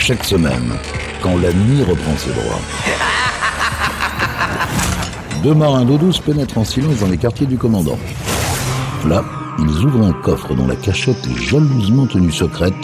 Chaque semaine, quand la nuit reprend ses droits. Deux marins d'eau douce pénètrent en silence dans les quartiers du commandant. Là, ils ouvrent un coffre dont la cachette est jalousement tenue secrète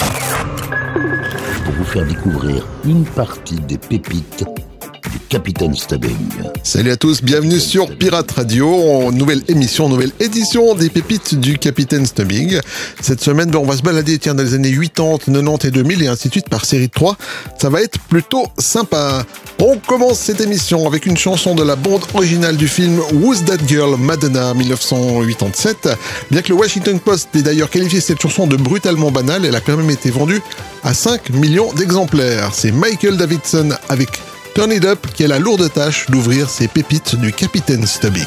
pour vous faire découvrir une partie des pépites du Capitaine Stubbing. Salut à tous, bienvenue sur Pirate Radio, nouvelle émission, nouvelle édition des pépites du Capitaine Stubbing. Cette semaine, on va se balader dans les années 80, 90 et 2000 et ainsi de suite par série de 3. Ça va être plutôt sympa. On commence cette émission avec une chanson de la bande originale du film Who's That Girl, Madonna, 1987. Bien que le Washington Post ait d'ailleurs qualifié cette chanson de brutalement banale, elle a quand même été vendue à 5 millions d'exemplaires. C'est Michael Davidson avec Turn It Up qui a la lourde tâche d'ouvrir ces pépites du Capitaine Stubbing.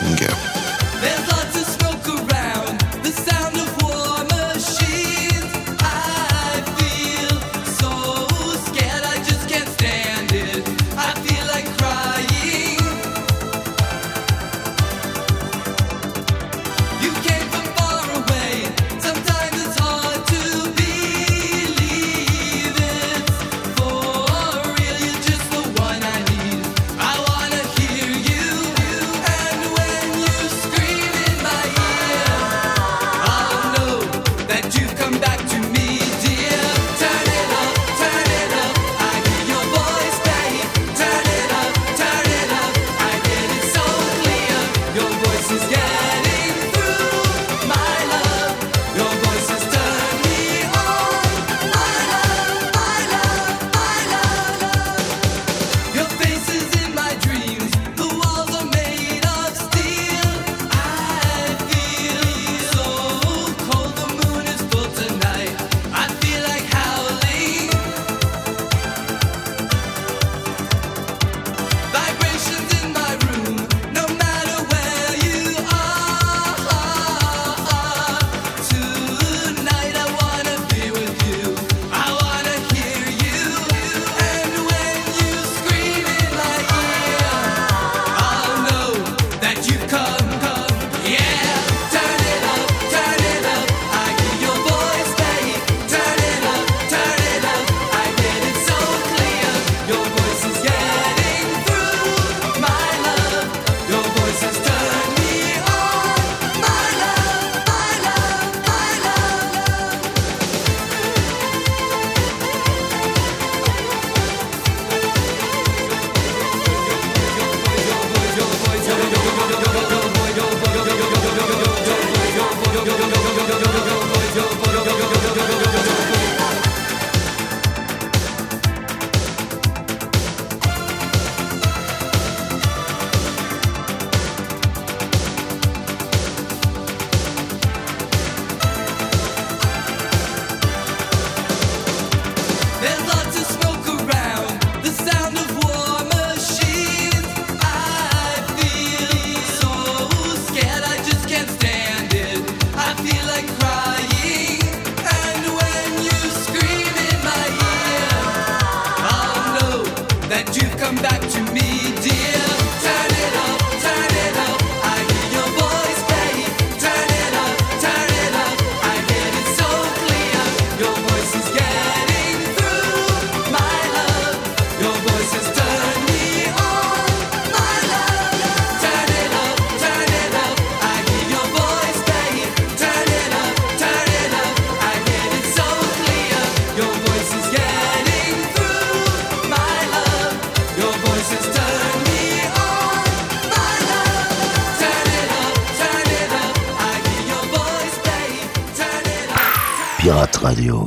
Pirate Radio.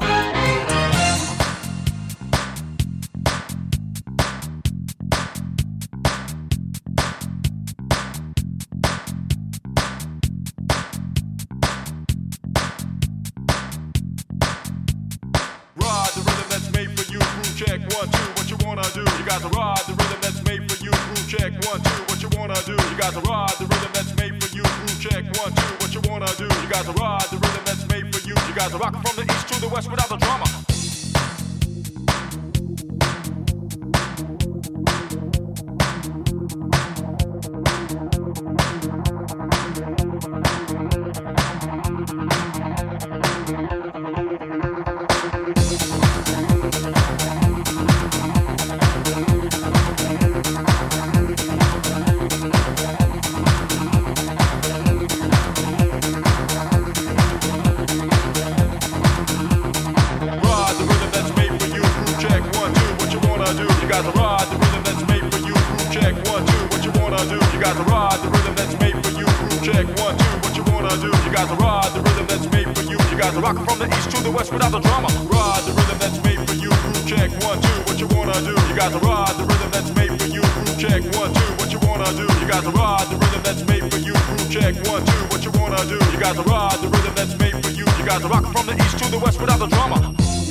got to ride the rhythm that's made for you. Groove check, 1, 2, what you wanna do? You got to ride the rhythm that's made for you. Groove check, 1, 2, what you wanna do? You got to ride the rhythm that's made for you. You got to rock from the east to the west without the drama. Ride the rhythm that's made for you. Groove check, 1, 2, what you wanna do? You got to ride the rhythm that's made for you. Groove check, 1, 2, what you wanna do? You got to ride the rhythm that's made for you. Groove check, 1, 2, what you wanna do? You got to ride the rhythm that's made for you. You got to rock from the east to the west without the drama.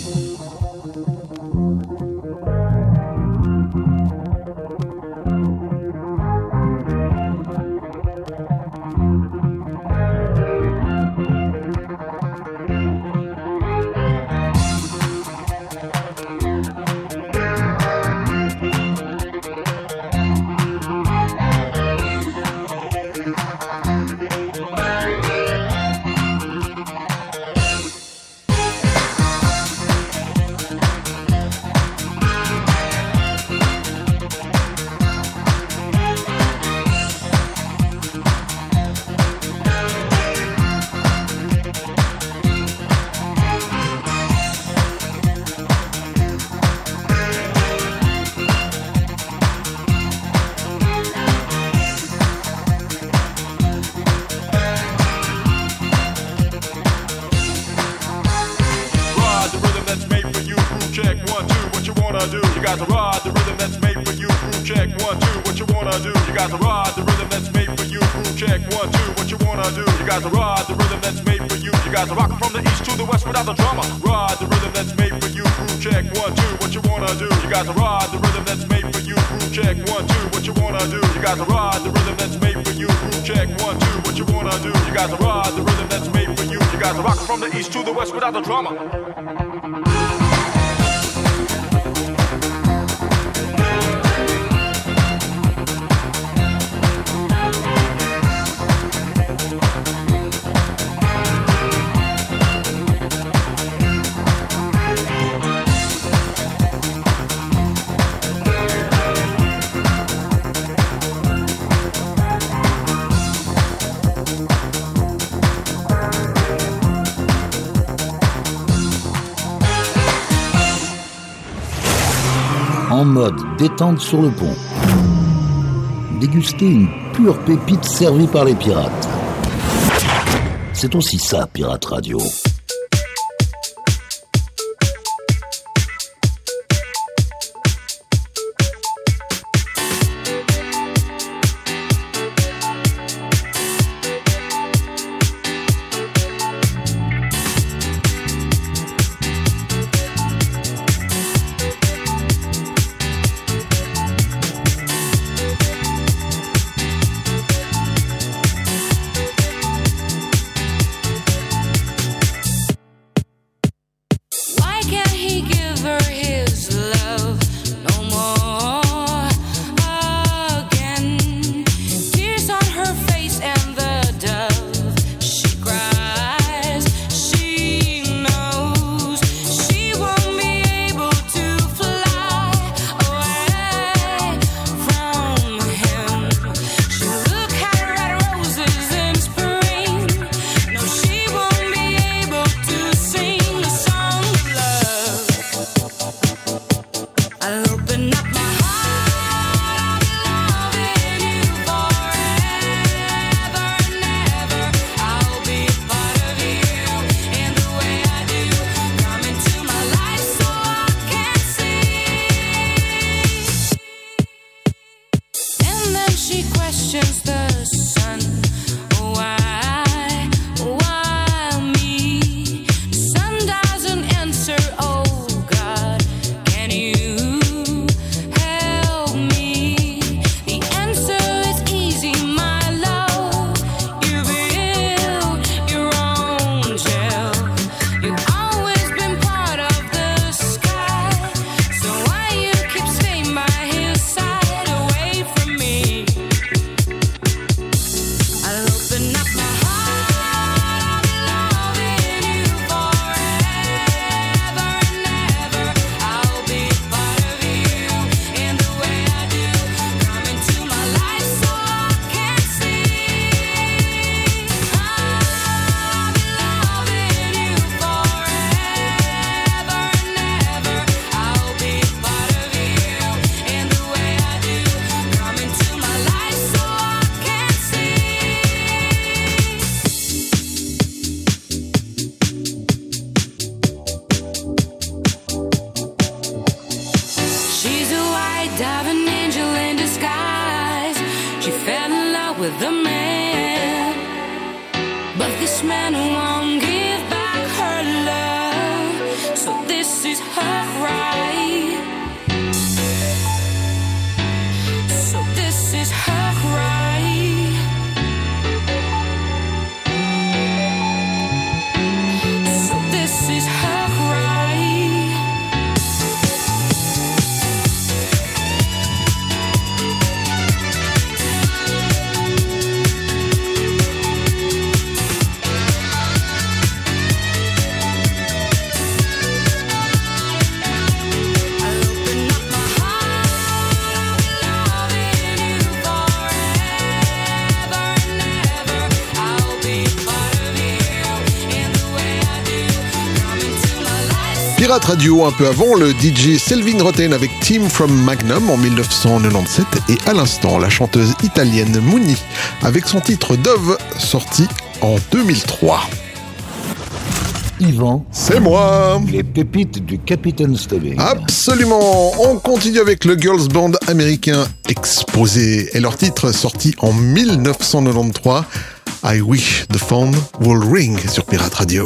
Without the drama. En mode détente sur le pont. Déguster une pure pépite servie par les pirates. C'est aussi ça, Pirate Radio. Pirate Radio, un peu avant, le DJ Selvin Rotten avec Team from Magnum en 1997 et à l'instant, la chanteuse italienne Mouni avec son titre Dove sorti en 2003. Yvan, c'est moi. Les pépites du Capitaine Stubbing. Absolument. On continue avec le girls band américain Exposé et leur titre sorti en 1993, I Wish the Phone Will Ring sur Pirate Radio.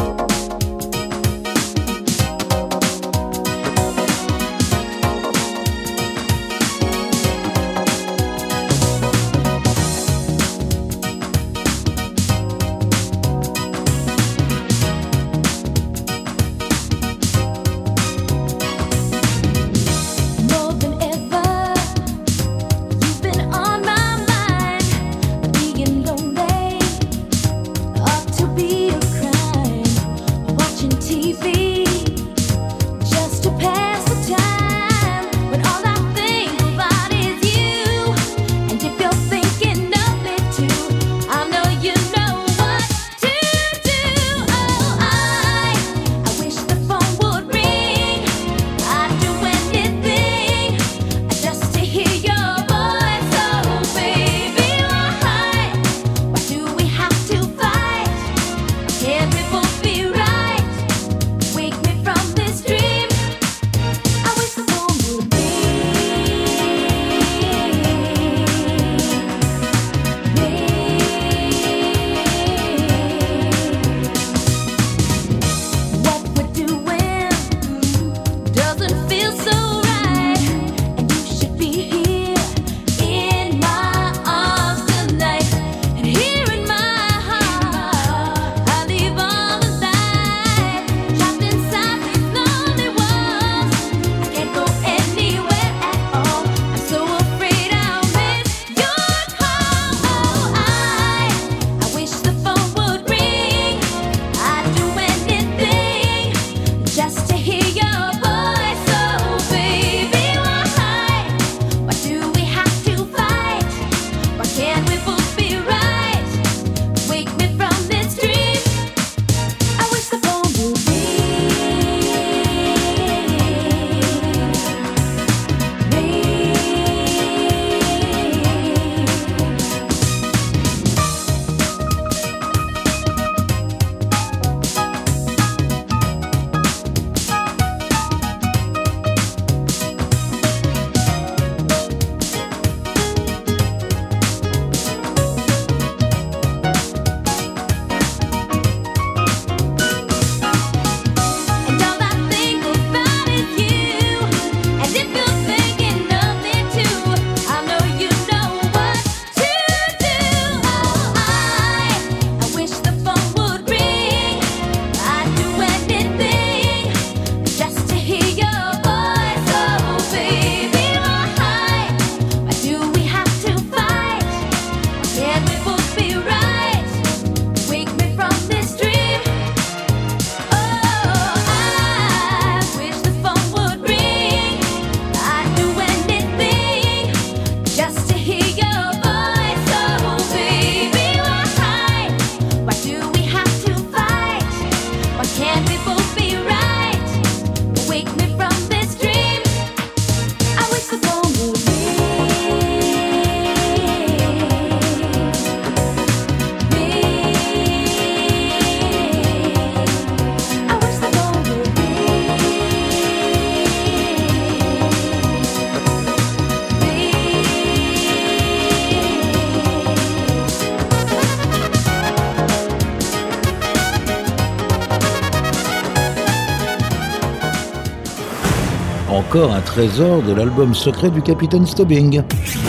Encore un trésor de l'album secret du Capitaine Stubbing.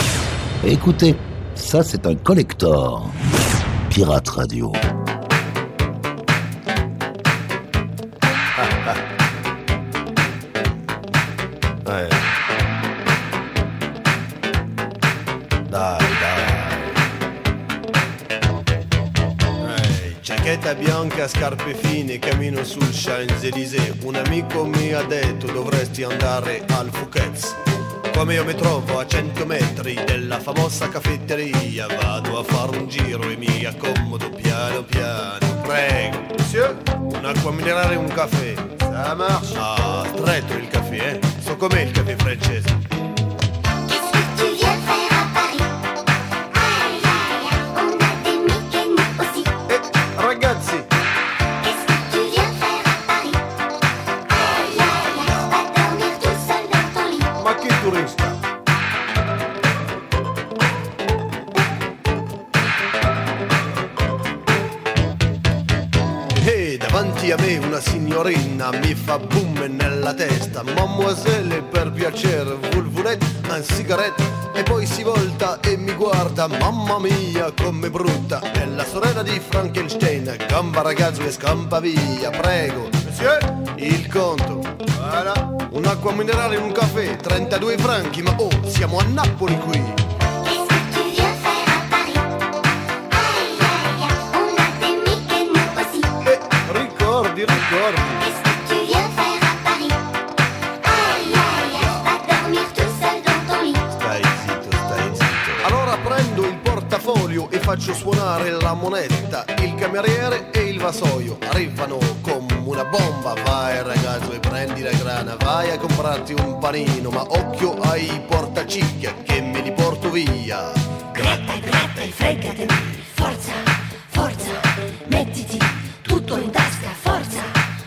Écoutez, ça c'est un collector. Pirate Radio. Giacchetta bianca, scarpe fine, cammino sul Champs-Élysées. Un amico mi ha detto dovresti andare al Fouquet's. Come io mi trovo a 100 metri della famosa caffetteria, vado a fare un giro e mi accomodo piano piano. Prego, monsieur, un'acqua minerale e un caffè. Ça marche. Ah, stretto il caffè, so com'è il caffè francese. Qu'est-ce que tu viens faire à Paris? Aïe, aïe, aïe, on a des Mickey, nous aussi. Ragazzi, Qu'est-ce que tu viens faire à Paris? Aïe, aïe, aïe, va dormir tout seul dans ton lit. ma che turista? Davanti a me una signorina mi fa boom nella testa. Mademoiselle, per piacere, voulez un cigarette? E poi si volta e mi guarda, mamma mia come brutta. È la sorella di Frankenstein, gamba ragazzo e scampa via. Prego, monsieur, il conto. Voilà. Un'acqua minerale e un caffè, 32 franchi, ma oh, siamo a Napoli qui. Qu'est-ce que tu viens faire à Paris? Aïe, aïe, aïe, on a des Mickey, nous aussi. Ricordi. Qu'est-ce que tu viens faire à Paris? Aïe, aïe, aïe, va dormir tout seul dans ton lit. Stai zitto. Allora prendo il portafoglio e faccio suonare la moneta. Il cameriere e il vasoio arrivano come una bomba. Vai ragazzo e prendi la grana, vai a comprarti un panino, ma occhio ai portacicchia che me li porto via. Gratta e fregatene, forza, mettiti tutto in tasca, forza.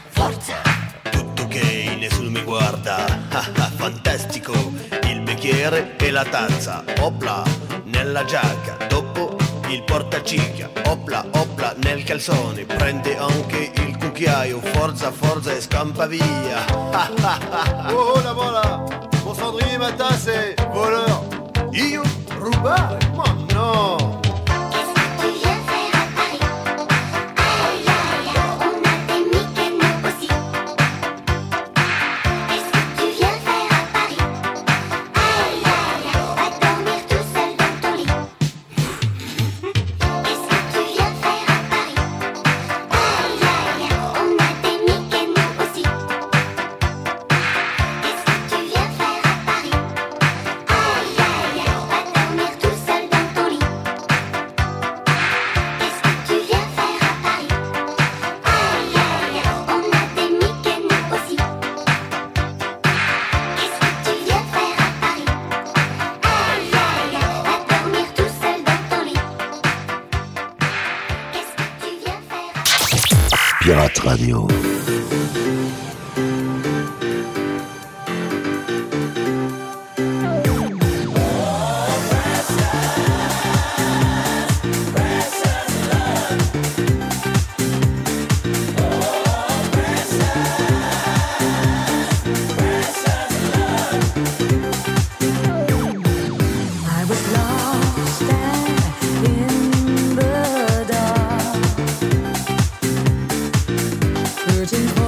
Tutto che nessuno mi guarda, fantastico, il bicchiere e la tazza, opla, nella giacca, dopo il portacicchia, opla, nel calzone, prende anche il cucchiaio, forza e scampa via. Oh la voilà, mon cendrier ma tasse, voleur. Io rubare? Ma no! Qu'est-ce que tu viens faire à Paris? Aïe, aïe, aïe, on a des Mickey, nous aussi. Qu'est-ce que tu viens faire à Paris? Aïe, aïe, aïe, va dormir tout seul dans ton lit. Qu'est-ce que tu viens faire à Paris? Aïe, aïe, aïe, on a des Mickey, nous aussi. Qu'est-ce que tu viens faire à Paris? Aïe, aïe, aïe, va dormir tout seul dans ton lit. Qu'est-ce que tu viens faire à Paris? Aïe, aïe, aïe, on a des Mickey, nous aussi. Qu'est-ce que tu viens faire à Paris? Aïe, aïe, aïe, va dormir tout seul dans ton lit. Qu'est-ce que tu viens faire à Paris? Pirate Radio. I was lost and in the dark, searching for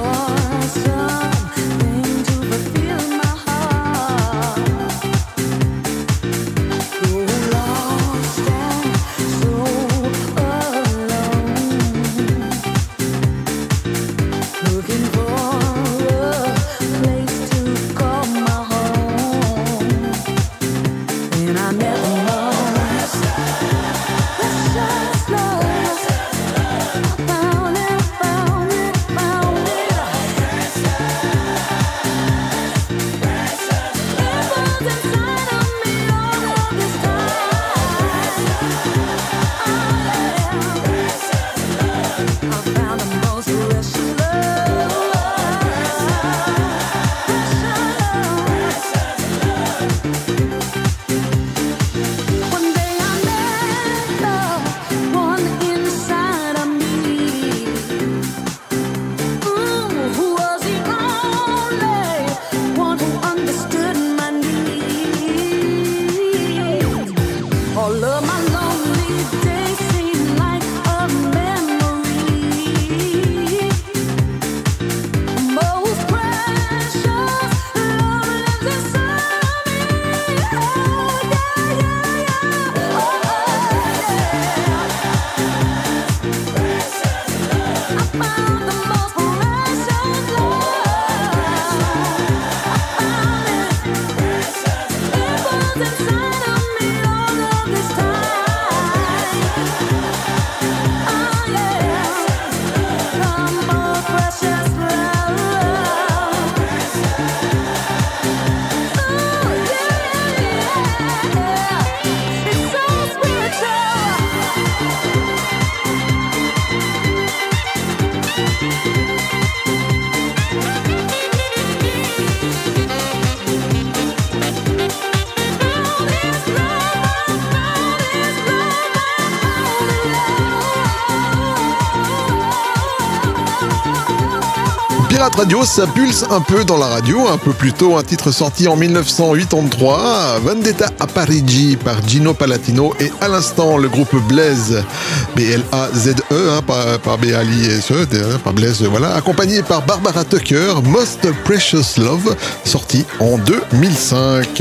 Pirate Radio, ça pulse un peu dans la radio. Un peu plus tôt, un titre sorti en 1983, Vendetta a Parigi par Gino Palatino, et à l'instant le groupe Blaze, B-L-A-Z-E, par B-A-L-I-S-E, par Blaze, voilà, accompagné par Barbara Tucker, Most Precious Love, sorti en 2005.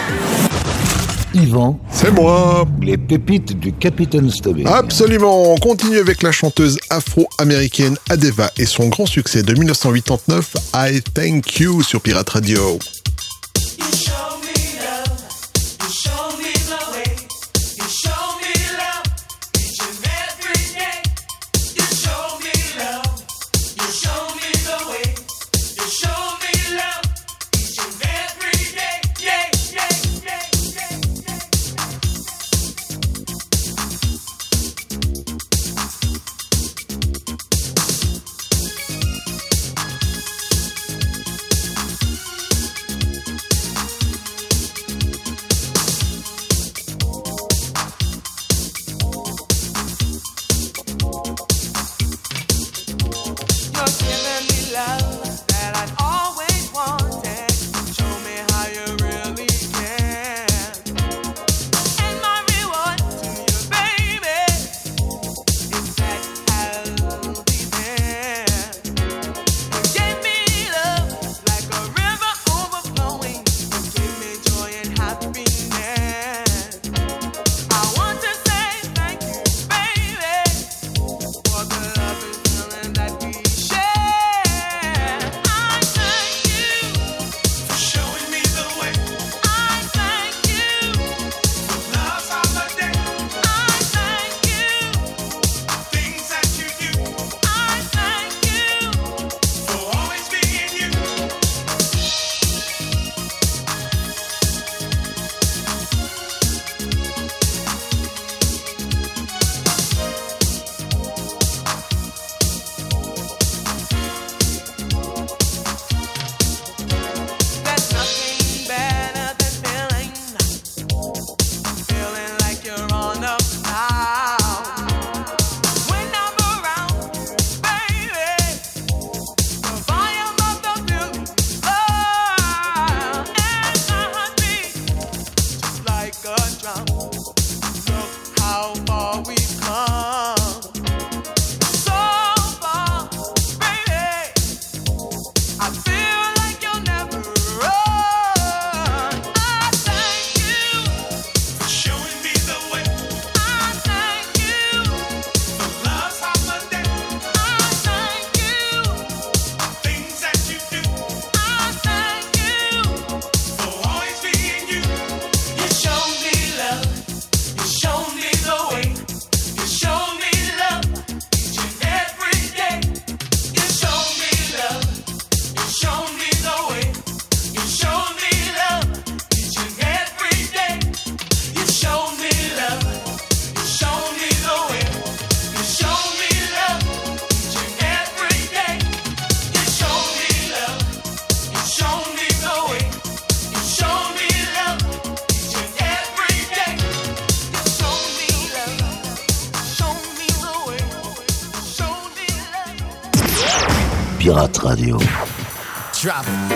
Yvan, C'est moi. les pépites du Capitaine Stubbing. Absolument, on continue avec la chanteuse afro-américaine Adeva et son grand succès de 1989, I Thank You sur Pirate Radio. You show me love, you show me the way, you show me love each and every day. You show me love, you show me the way, you show me love each and every day. Yeah, yeah, yeah, yeah, yeah. You're giving me love that I always wanted. Show me how you really can. And my reward to you, baby, is that I'll be there. You gave me love like a river overflowing. You gave me joy and happiness. I want to say thank you, baby, for the love and feeling that we share. I thank you for showing me the way. I thank you for love's holiday. I thank you for things that you do. I thank you for always being you. There's nothing better than feeling like you're on a cloud. When I'm around you, baby, the volume of the feeling loud, and my heart beats just like a drum. Look how far we've come, so far, baby. I feel like you'll never run. I thank you for showing me the way. I thank you for love's holiday. I thank you for things that you do. I thank you for always being you. You show me love. You show me the way. You show me love each and every day. You show me love. You show me the way. You show me love each and every day. You show me love. You show me the way. You show me love each and every day. You show me love. You show me the way. You show me love each and every day. You show me love. Show me the way. Show me love. Pirate Radio. Drop it.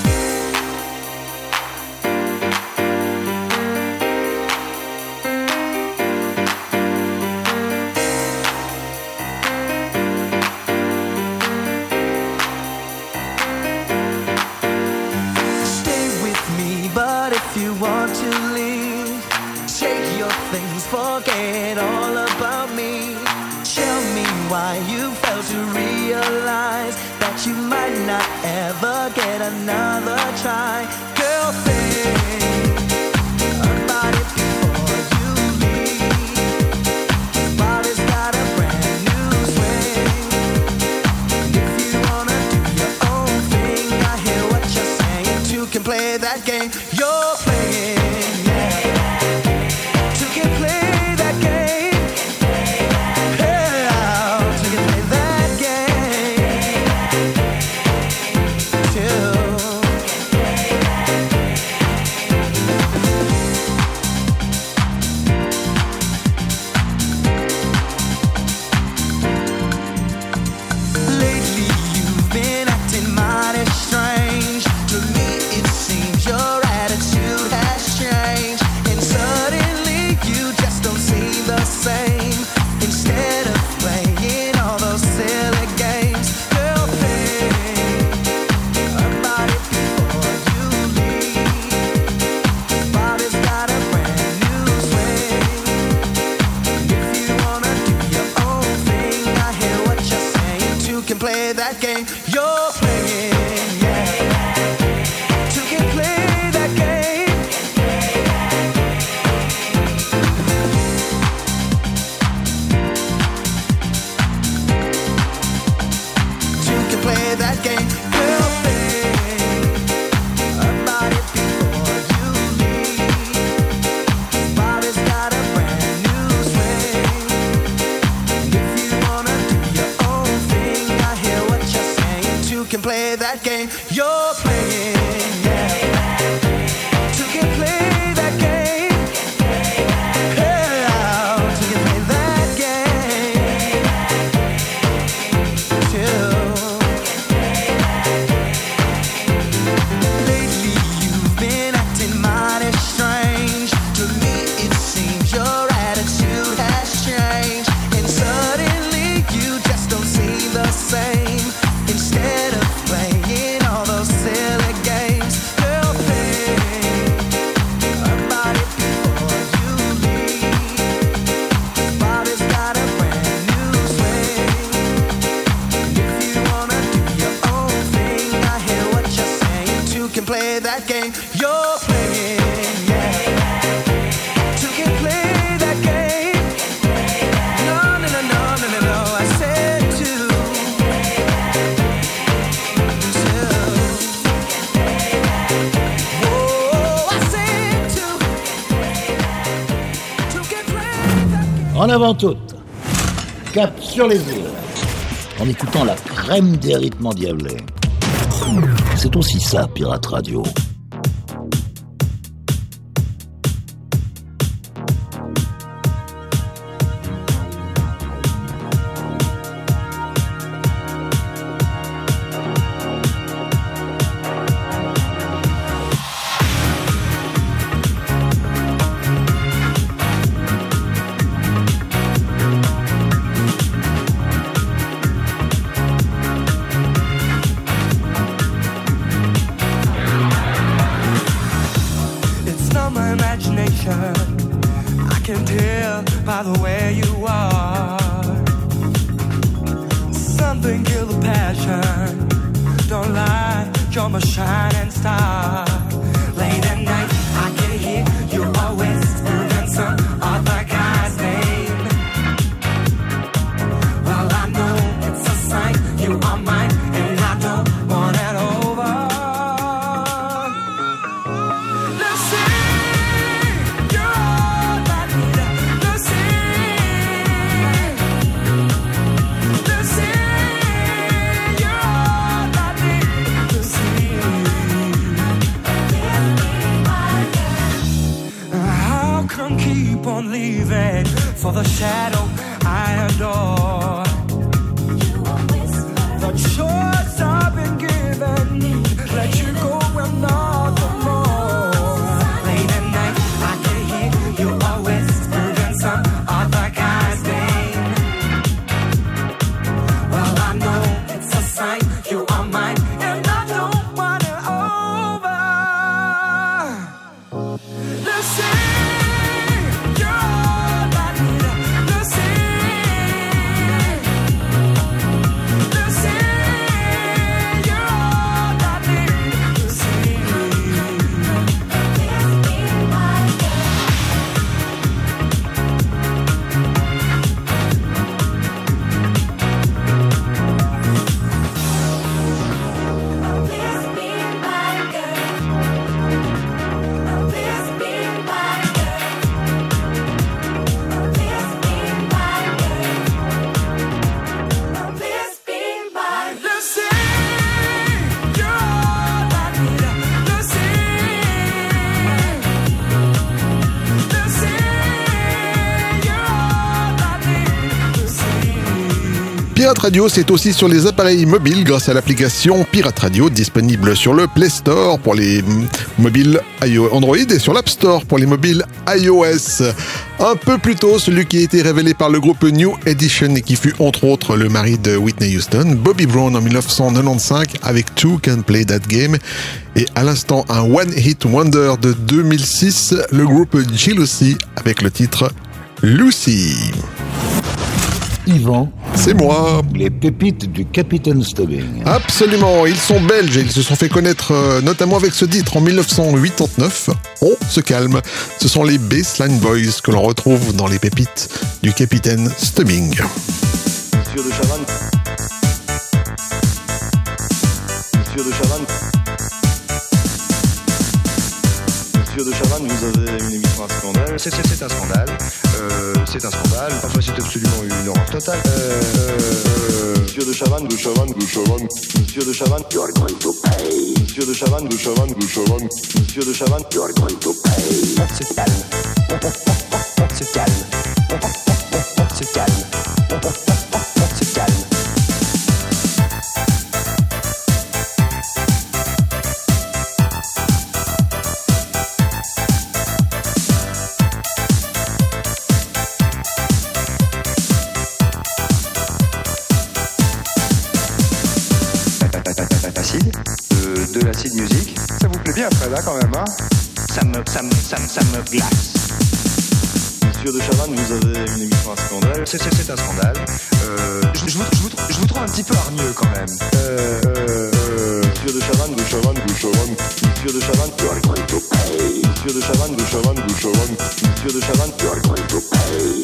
Stay with me, but if you want to leave, take your things, forget all about me. Tell me why you failed to realize that you might not ever get another try. Girl, think about it before you leave. Body's got a brand new swing. If you wanna do your own thing, I hear what you're saying. Two can play that game you're playing. Yeah. Two can play that game. Yeah. Two can play that game. Two. Lately you've been acting that game you're playing, yeah. You can play that game. No, no, no, no, no, no, no. I said to. Oh, I said to. You can play that game. En avant toute, cap sur les îles, en écoutant la crème des rythmes endiablés. C'est aussi ça, Pirate Radio. It's not my imagination. I can tell by the way you are. Something kill the passion. Don't lie, you're my shining star. Late at night, I can hear you always whispering some other guy's name. Well, I know it's a sign you are mine, and I don't want it over. Lucy, you're all I need. Lucy, Lucy, you're all I need. Lucy, how come keep on leaving for the shadow I adore? The choice I've been given, let you go and not the more. Late at night, I can hear you always whispering some other guy's name. Well, I know it's a sign you are mine, and I don't want it over. Lucy, you're all I need. Lucy, Lucy, you're all I need. Lucy, Lucy, you're all I need. Lucy, Lucy, you're all I need. Lucy. Pirate Radio, c'est aussi sur les appareils mobiles grâce à l'application Pirate Radio disponible sur le Play Store pour les mobiles Android et sur l'App Store pour les mobiles iOS. Un peu plus tôt, celui qui a été révélé par le groupe New Edition et qui fut entre autres le mari de Whitney Houston, Bobby Brown en 1995 avec Two Can Play That Game. Et à l'instant, un One Hit Wonder de 2006, le groupe Jealousy avec le titre Lucy. Yvan, C'est moi. les pépites du Capitaine Stubbing. Absolument, ils sont belges et ils se sont fait connaître notamment avec ce titre en 1989. On se calme, ce sont les Bassline Boys que l'on retrouve dans les pépites du Capitaine Stubbing. Monsieur de Chavannes. Monsieur de Chavannes. Monsieur de Chavannes, vous avez une émission à scandale. C'est un scandale. C'est un scandale. Parfois, c'est absolument une horreur totale. Monsieur de Chavannes, de Chavannes, de Chavannes. Monsieur de Chavannes, you are going to pay. Monsieur de Chavannes, de Chavannes, de Chavannes. Monsieur de Chavannes, you are going to pay. On se calme. On se calme. On se calme. On se calme. Acide, de l'acide musique. Ça vous plaît bien après là quand même, hein? Ça me glace. Monsieur de Chavannes, vous avez une émission à scandale. C'est un scandale. Je vous trouve un petit peu hargneux quand même. Monsieur de Chavannes, de Chavannes, de Chavannes. Monsieur de Chavannes, you are going to pay. Monsieur de Chavannes, de Chavannes, de Chavannes. Monsieur de Chavannes, you are going to pay.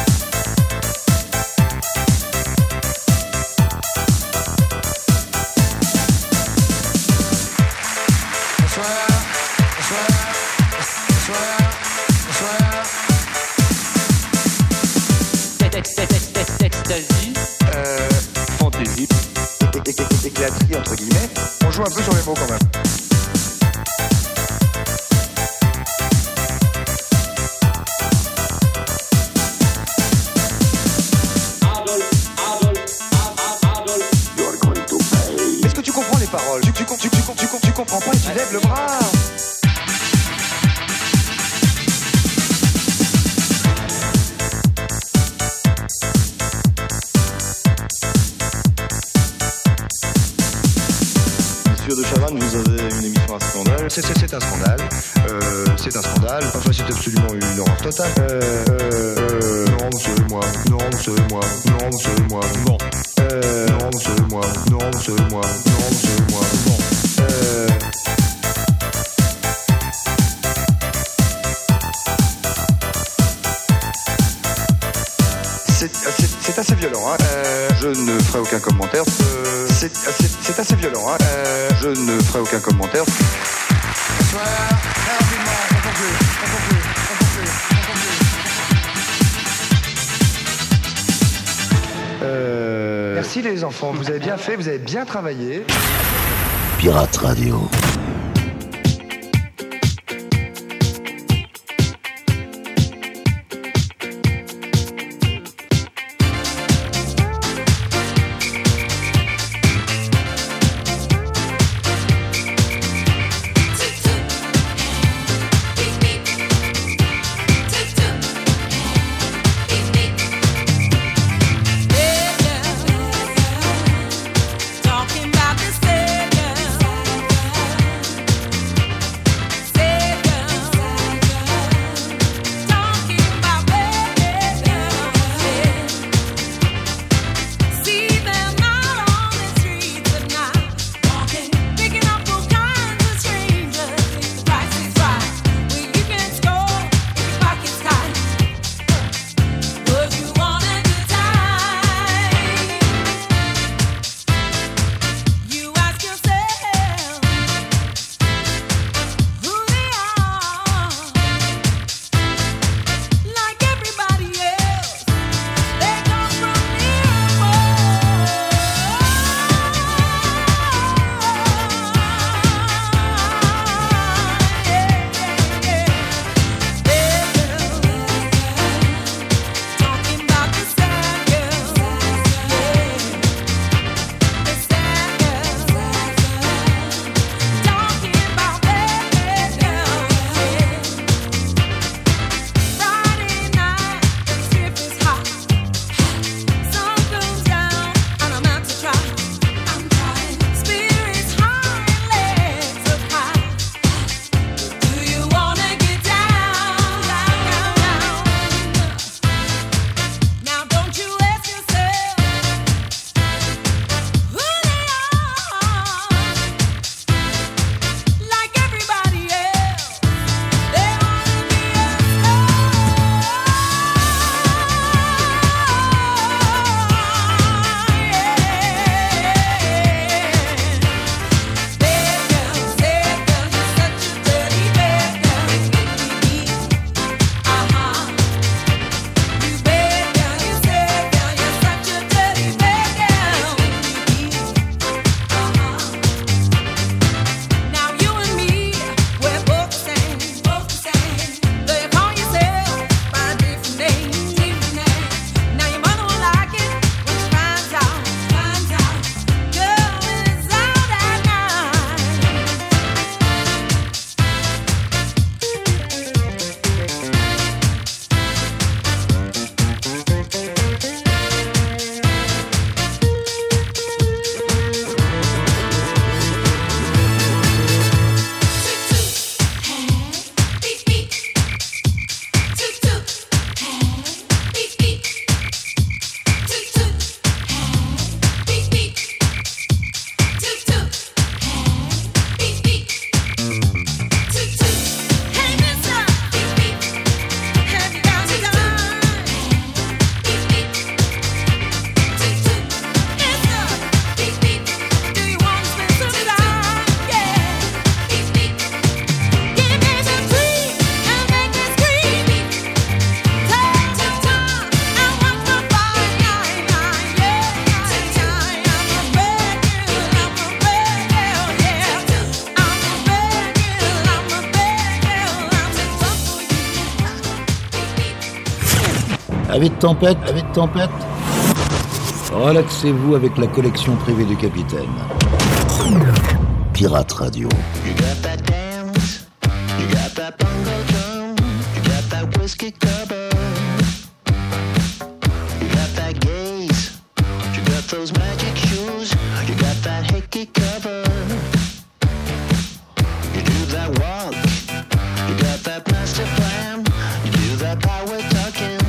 Ecstasy. Fantaisie. Éclaterie entre guillemets. On joue un peu sur les mots quand même. Est-ce que tu comprends les paroles? Tu comprends pas et tu lèves le bras. Monsieur de Chavannes, vous avez une émission à scandale. C'est un scandale. C'est un scandale. Enfin, c'est absolument une horreur totale. Non, c'est moi. Non, c'est moi. Non, c'est moi. Bon. Non, c'est moi. Non, c'est moi. Non, c'est moi. Bon. C'est assez violent, hein. Je ne ferai aucun commentaire. C'est assez violent, hein. Je ne ferai aucun commentaire. Bonsoir, très rapidement, on conclut. Merci les enfants, vous avez bien fait, vous avez bien travaillé. Pirate Radio. Talking about the Savior. Rêvez de tempête, Relaxez-vous avec la collection privée du capitaine. Pirate Radio. You got that dance, you got that bongo drum, you got that whiskey cover, you got that gaze, you got those magic shoes, you got that hickey cover, you do that walk, you got that master plan, you do that power talking,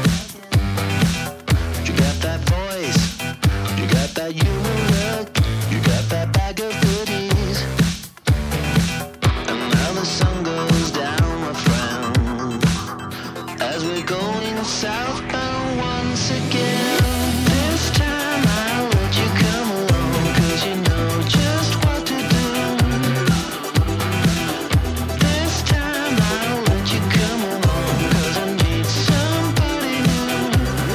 you got that voice, you got that human look, you got that bag of goodies. And now the sun goes down, my friend, as we're going southbound once again. This time I'll let you come along, 'cause you know just what to do. This time I'll let you come along, 'cause I need somebody new.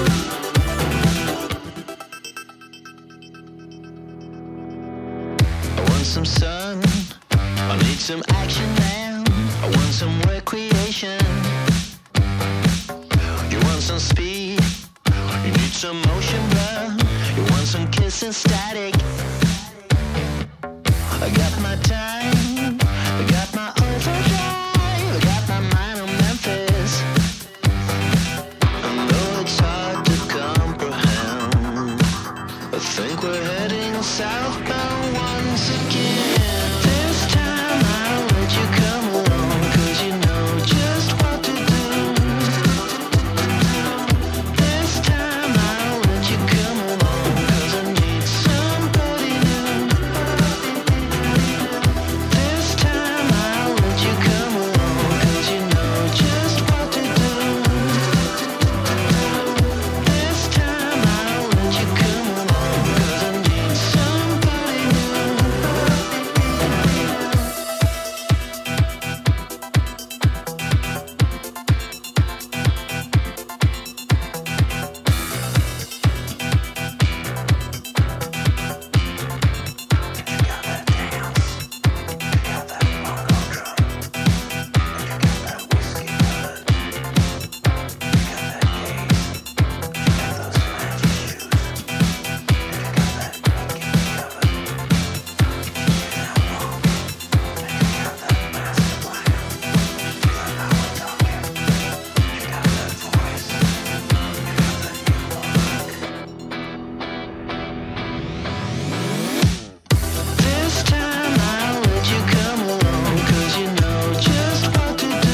I want some sun, I need some action now, I want some recreation. You want some speed, you need some motion, bruh. You want some kiss and static. I got my time, I got my overdrive, I got my mind on Memphis. And though it's hard to comprehend, I think we're heading southbound once again. This time I'll let you come along, 'cause you know just what to do. This time I'll let you come along, 'cause I need somebody new. This time I'll let you come along, 'cause you know just what to do. This time I'll let you come along, 'cause I need somebody new. This time I'll let you come along, 'cause you know just what to do.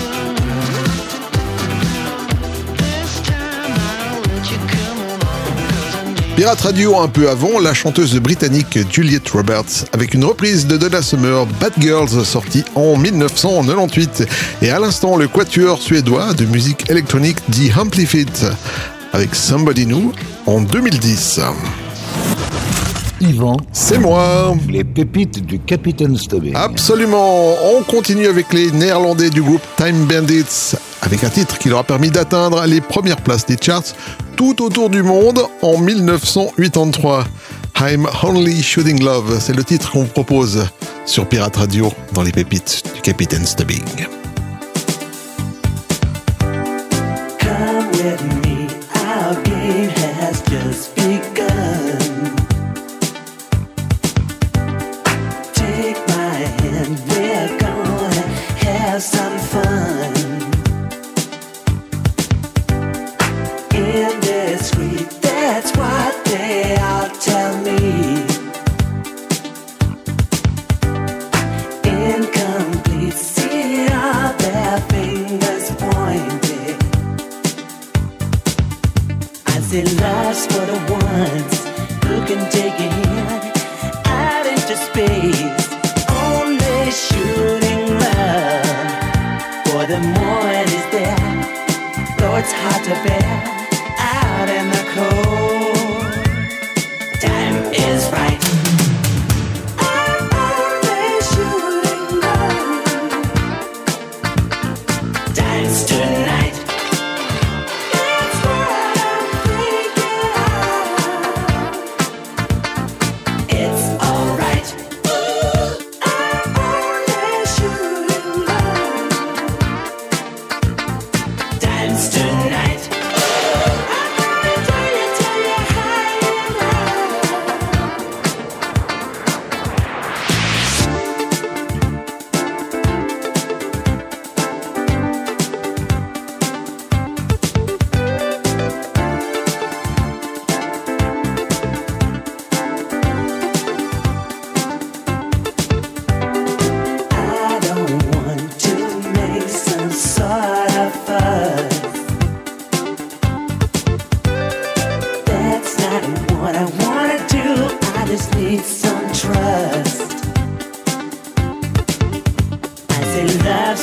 This time I'll let you come along, 'cause I need Pirate Radio un peu avant, la chanteuse britannique Juliette Roberts avec une reprise de Donna Summer, Bad Girls, sortie en 1998. Et à l'instant, le quatuor suédois de musique électronique The Amplified avec Somebody New en 2010. Yvan, C'est moi. les pépites du Capitaine Stubbing. Absolument. On continue avec les Néerlandais du groupe Time Bandits avec un titre qui leur a permis d'atteindre les premières places des charts tout autour du monde en 1983. I'm Only Shooting Love, c'est le titre qu'on vous propose sur Pirate Radio dans les pépites du Capitaine Stubbing. Come with me, our game has just begun. Take my hand, we're gonna have some fun. Indiscreet, that's what they all tell me. Incomplete, see all their fingers pointed. I say lost for the ones who can take a hand out into space. Only shooting love for the morning is there, though it's hard to bear out in the cold. Time is right. I'm only shooting love. Dance tonight. It's what I'm thinking of. It's alright. I'm only shooting love. Dance tonight.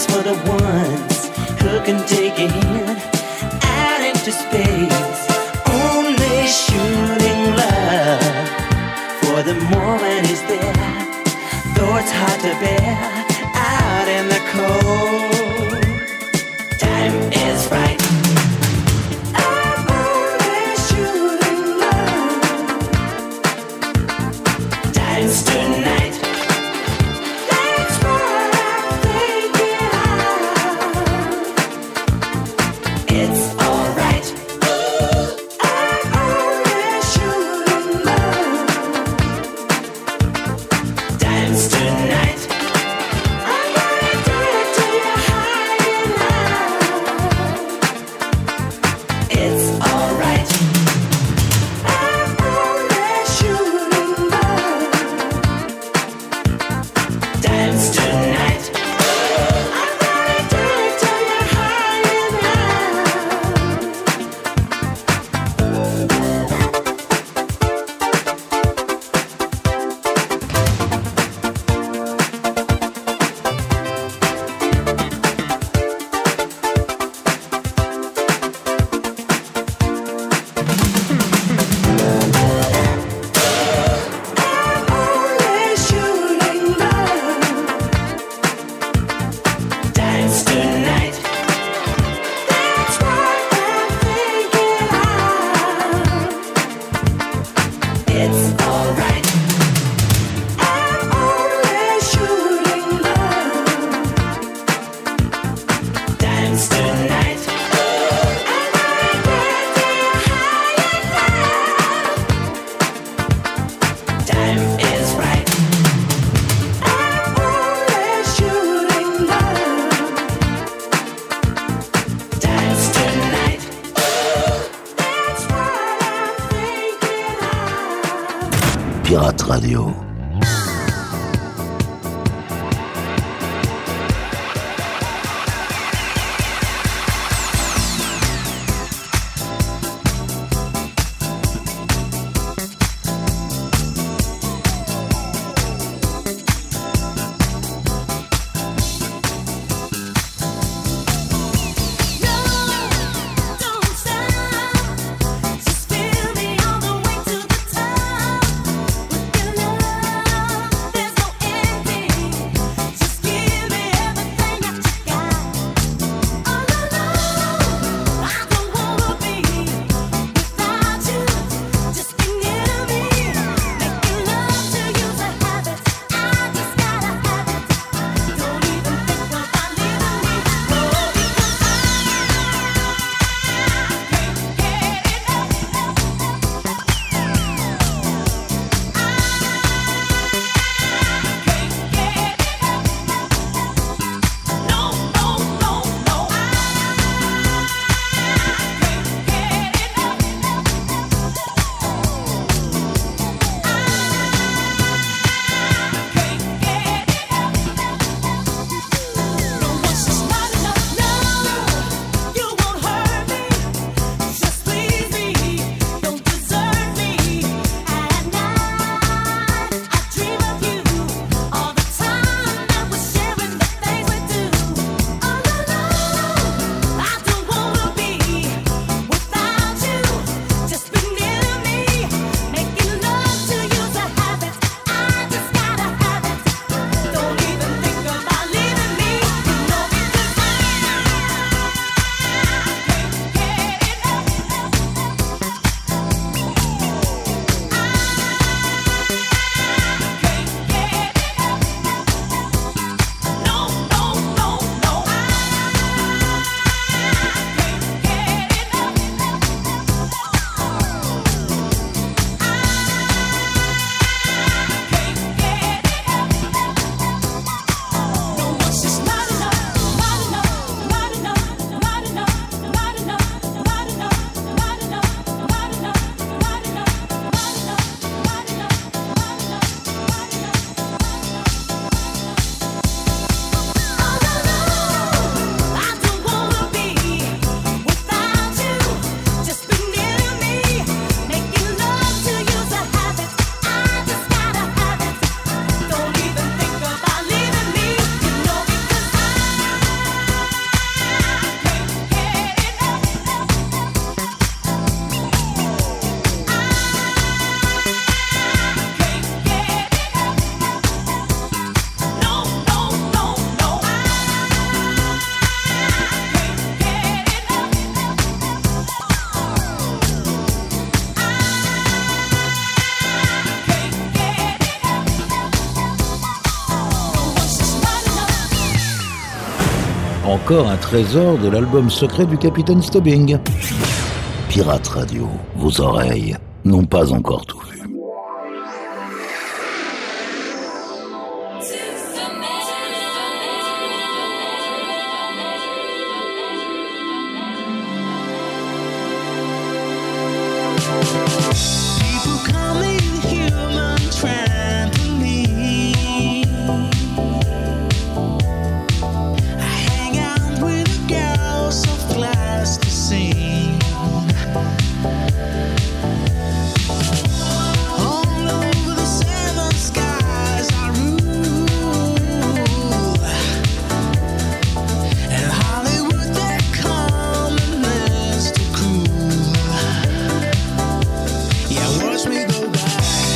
just for the ones who can take it out into space. Only shooting love for the moment is there, though it's hard to bear out in the cold. Time is right. I'm only shooting love. Time's tonight. That's what I'm thinking of. It's alright. I'm only shooting love. Time's tonight. I'm gonna do it till you're high enough. It's alright. I'm only shooting love. Time's tonight. I'm gonna do it till you're high only shooting love. Time's tonight. That's what I'm thinking of. It's alright. I'm only shooting love. Time's tonight. I'm gonna get to you high enough. Time is right. I'm only shooting love. Time's tonight. That's what I'm thinking of. Pirate Radio. Don't stop, just feel me all the way to the top with your love. Encore un trésor de l'album secret du Capitaine Stubbing. Pirate Radio, vos oreilles n'ont pas encore tout vu. People call me human trampoline. I hang out with a girl so plasticine. All over the seven skies I rule. And Hollywood they call me Mr. Cool. Yeah, watch me go by.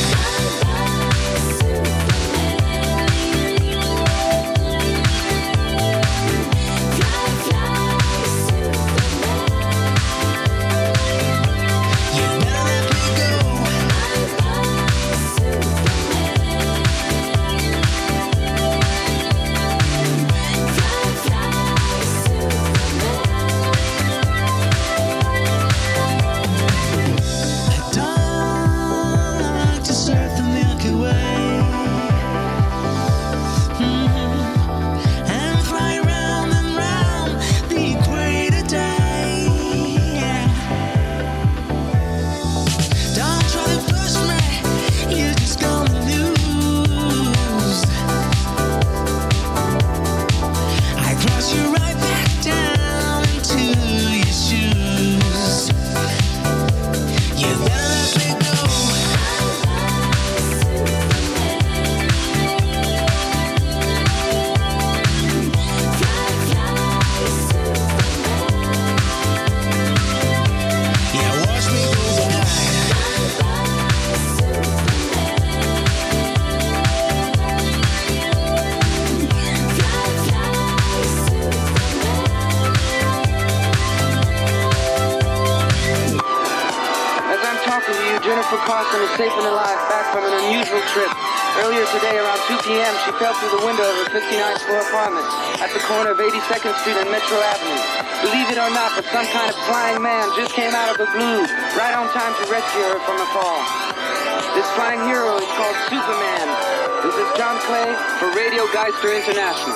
You better let me go. I don't like to surf the Milky Way. And fly round and round the equator day. Don't try to push me, you're just gonna lose. I cross you right back down into your shoes. You better let me go. Yeah, watch me go by. As I'm talking to you, Jennifer Carson is safe and alive, back from an unusual trip. Earlier today, around 2 p.m., she fell through the window of her 59th floor apartment at the corner of 82nd Street and Metro Avenue. Believe it or not, but some kind of flying man just came out of the blue, right on time to rescue her from the fall. This flying hero is called Superman. This is John Clay for Radio Geister International.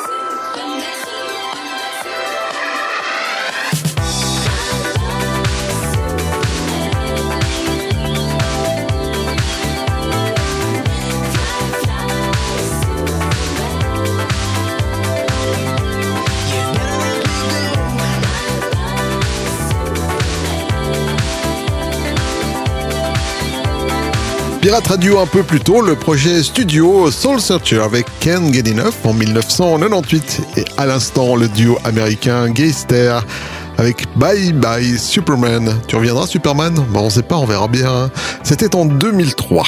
Pirate Radio un peu plus tôt, le projet studio Soul Searcher avec Can't Get Enough en 1998 et à l'instant le duo américain Geister avec Bye Bye Superman. Tu reviendras Superman ? Bon, on sait pas, on verra bien. C'était en 2003.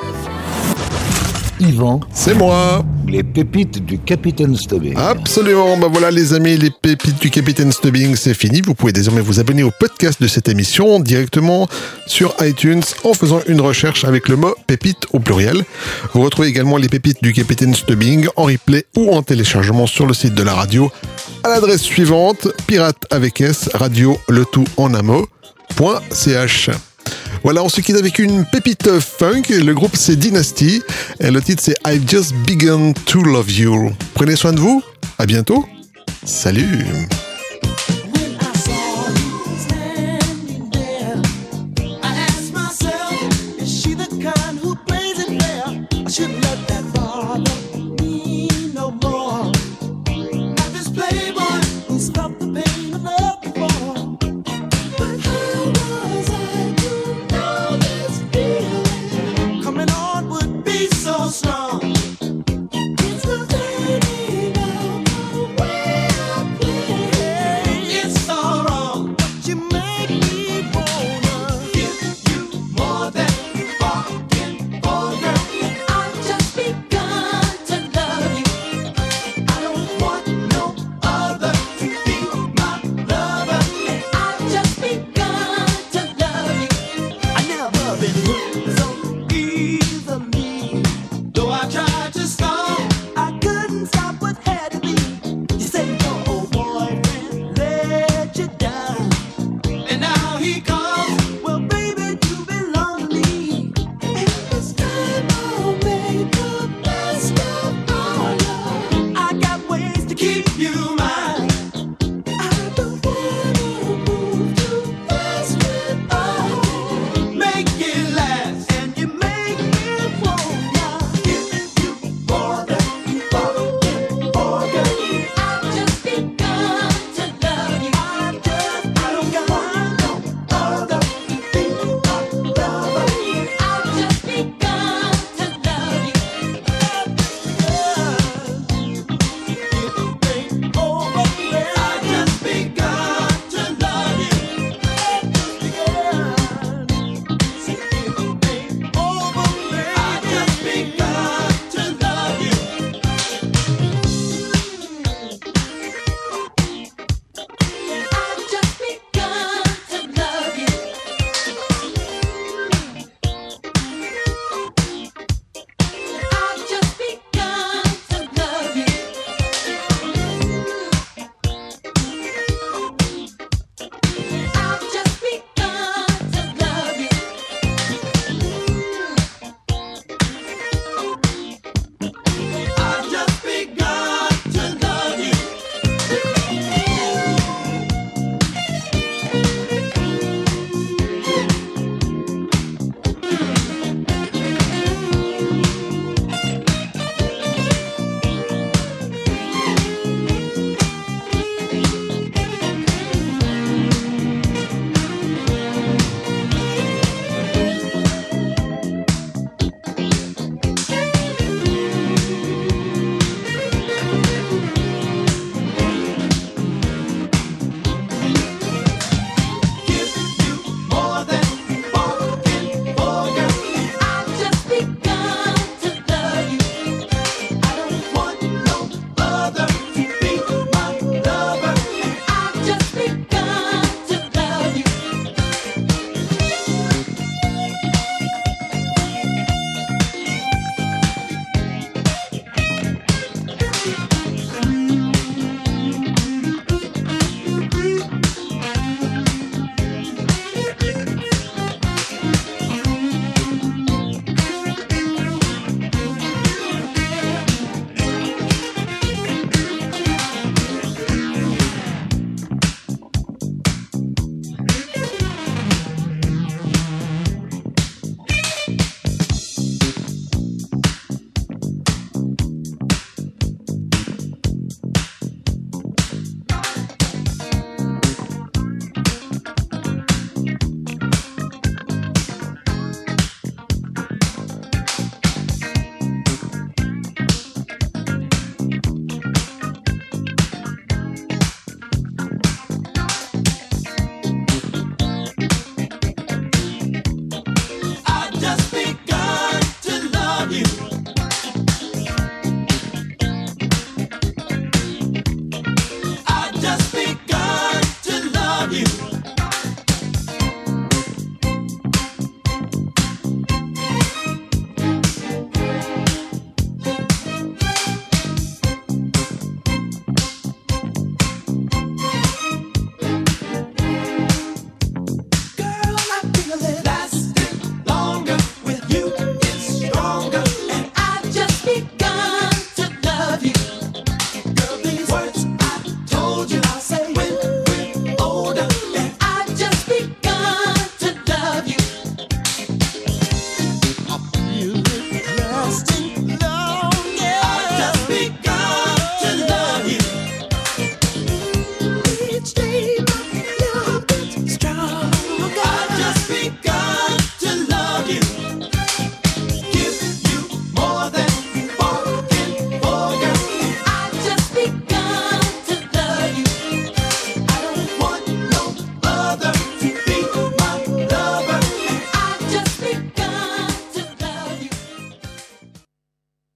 Yvan, C'est moi. les pépites du Capitaine Stubbing. Absolument, bah voilà les amis, les pépites du Capitaine Stubbing, c'est fini. Vous pouvez désormais vous abonner au podcast de cette émission directement sur iTunes en faisant une recherche avec le mot pépite au pluriel. Vous retrouvez également les pépites du Capitaine Stubbing en replay ou en téléchargement sur le site de la radio à l'adresse suivante, pirate avec S, radio le tout en un mot.ch. Voilà, on se quitte avec une pépite funk. Le groupe c'est Dynasty et le titre c'est I've Just Begun to Love You. Prenez soin de vous. À bientôt. Salut. When I saw you standing there, I asked myself, is she the kind who plays it fair? I shouldn't let that bother me no more. Like this playboy who stopped the pain.